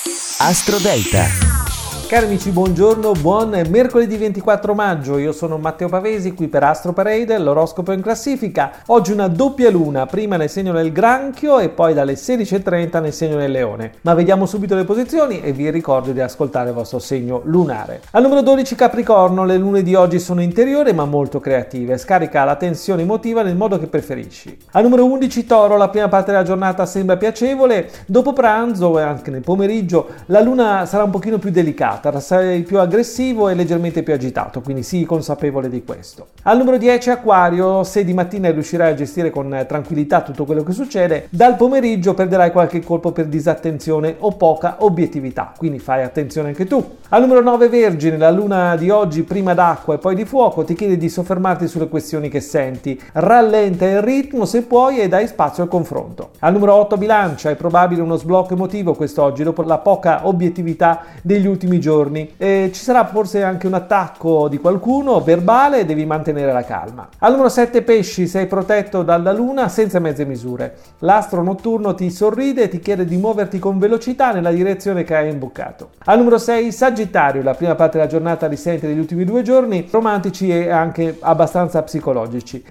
Astro Delta. Cari amici, buongiorno, buon mercoledì 24 maggio, io sono Matteo Pavesi qui per Astro Parade, l'oroscopo in classifica. Oggi una doppia luna, prima nel segno del Granchio e poi dalle 16:30 nel segno del Leone. Ma vediamo subito le posizioni e vi ricordo di ascoltare il vostro segno lunare. Al numero 12 Capricorno, le lune di oggi sono interiori ma molto creative, scarica la tensione emotiva nel modo che preferisci. Al numero 11 Toro, la prima parte della giornata sembra piacevole, dopo pranzo e anche nel pomeriggio la luna sarà un pochino più delicata. Sarai più aggressivo e leggermente più agitato, quindi sii consapevole di questo. Al numero 10 Acquario, se di mattina riuscirai a gestire con tranquillità tutto quello che succede, dal pomeriggio perderai qualche colpo per disattenzione o poca obiettività, quindi fai attenzione anche tu. Al numero 9 Vergine, la luna di oggi prima d'acqua e poi di fuoco ti chiede di soffermarti sulle questioni che senti, rallenta il ritmo se puoi e dai spazio al confronto. Al numero 8 Bilancia, è probabile uno sblocco emotivo quest'oggi dopo la poca obiettività degli ultimi giorni. Ci sarà forse anche un attacco di qualcuno verbale e devi mantenere la calma. Al numero 7 Pesci, sei protetto dalla luna senza mezze misure. L'astro notturno ti sorride e ti chiede di muoverti con velocità nella direzione che hai imboccato. Al numero 6 Sagittario, la prima parte della giornata risente degli ultimi 2 giorni romantici e anche abbastanza psicologici.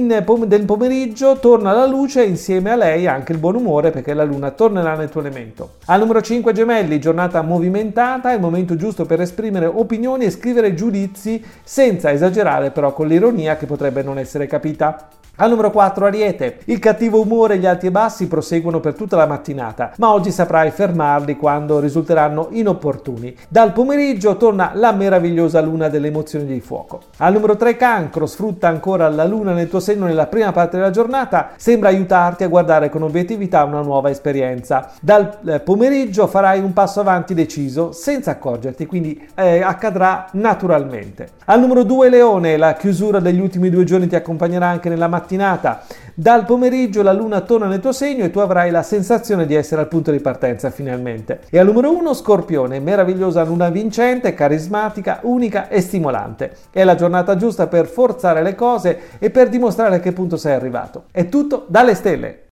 Del pomeriggio torna la luce e insieme a lei anche il buon umore perché la luna tornerà nel tuo elemento. Al numero 5 Gemelli, giornata movimentata, è il momento giusto per esprimere opinioni e scrivere giudizi senza esagerare però con l'ironia che potrebbe non essere capita. Al numero 4 Ariete, il cattivo umore e gli alti e bassi proseguono per tutta la mattinata, ma oggi saprai fermarli quando risulteranno inopportuni. Dal pomeriggio torna la meravigliosa luna delle emozioni di fuoco. Al numero 3 Cancro, sfrutta ancora la luna nel tuo segno nella prima parte della giornata, sembra aiutarti a guardare con obiettività una nuova esperienza. Dal pomeriggio farai un passo avanti deciso senza accorgerti, quindi accadrà naturalmente. Al numero 2 Leone, la chiusura degli ultimi 2 giorni ti accompagnerà anche nella mattinata. Dal pomeriggio la luna torna nel tuo segno e tu avrai la sensazione di essere al punto di partenza finalmente. E al numero 1 Scorpione, meravigliosa luna vincente, carismatica, unica e stimolante. È la giornata giusta per forzare le cose e per dimostrare a che punto sei arrivato. È tutto dalle stelle.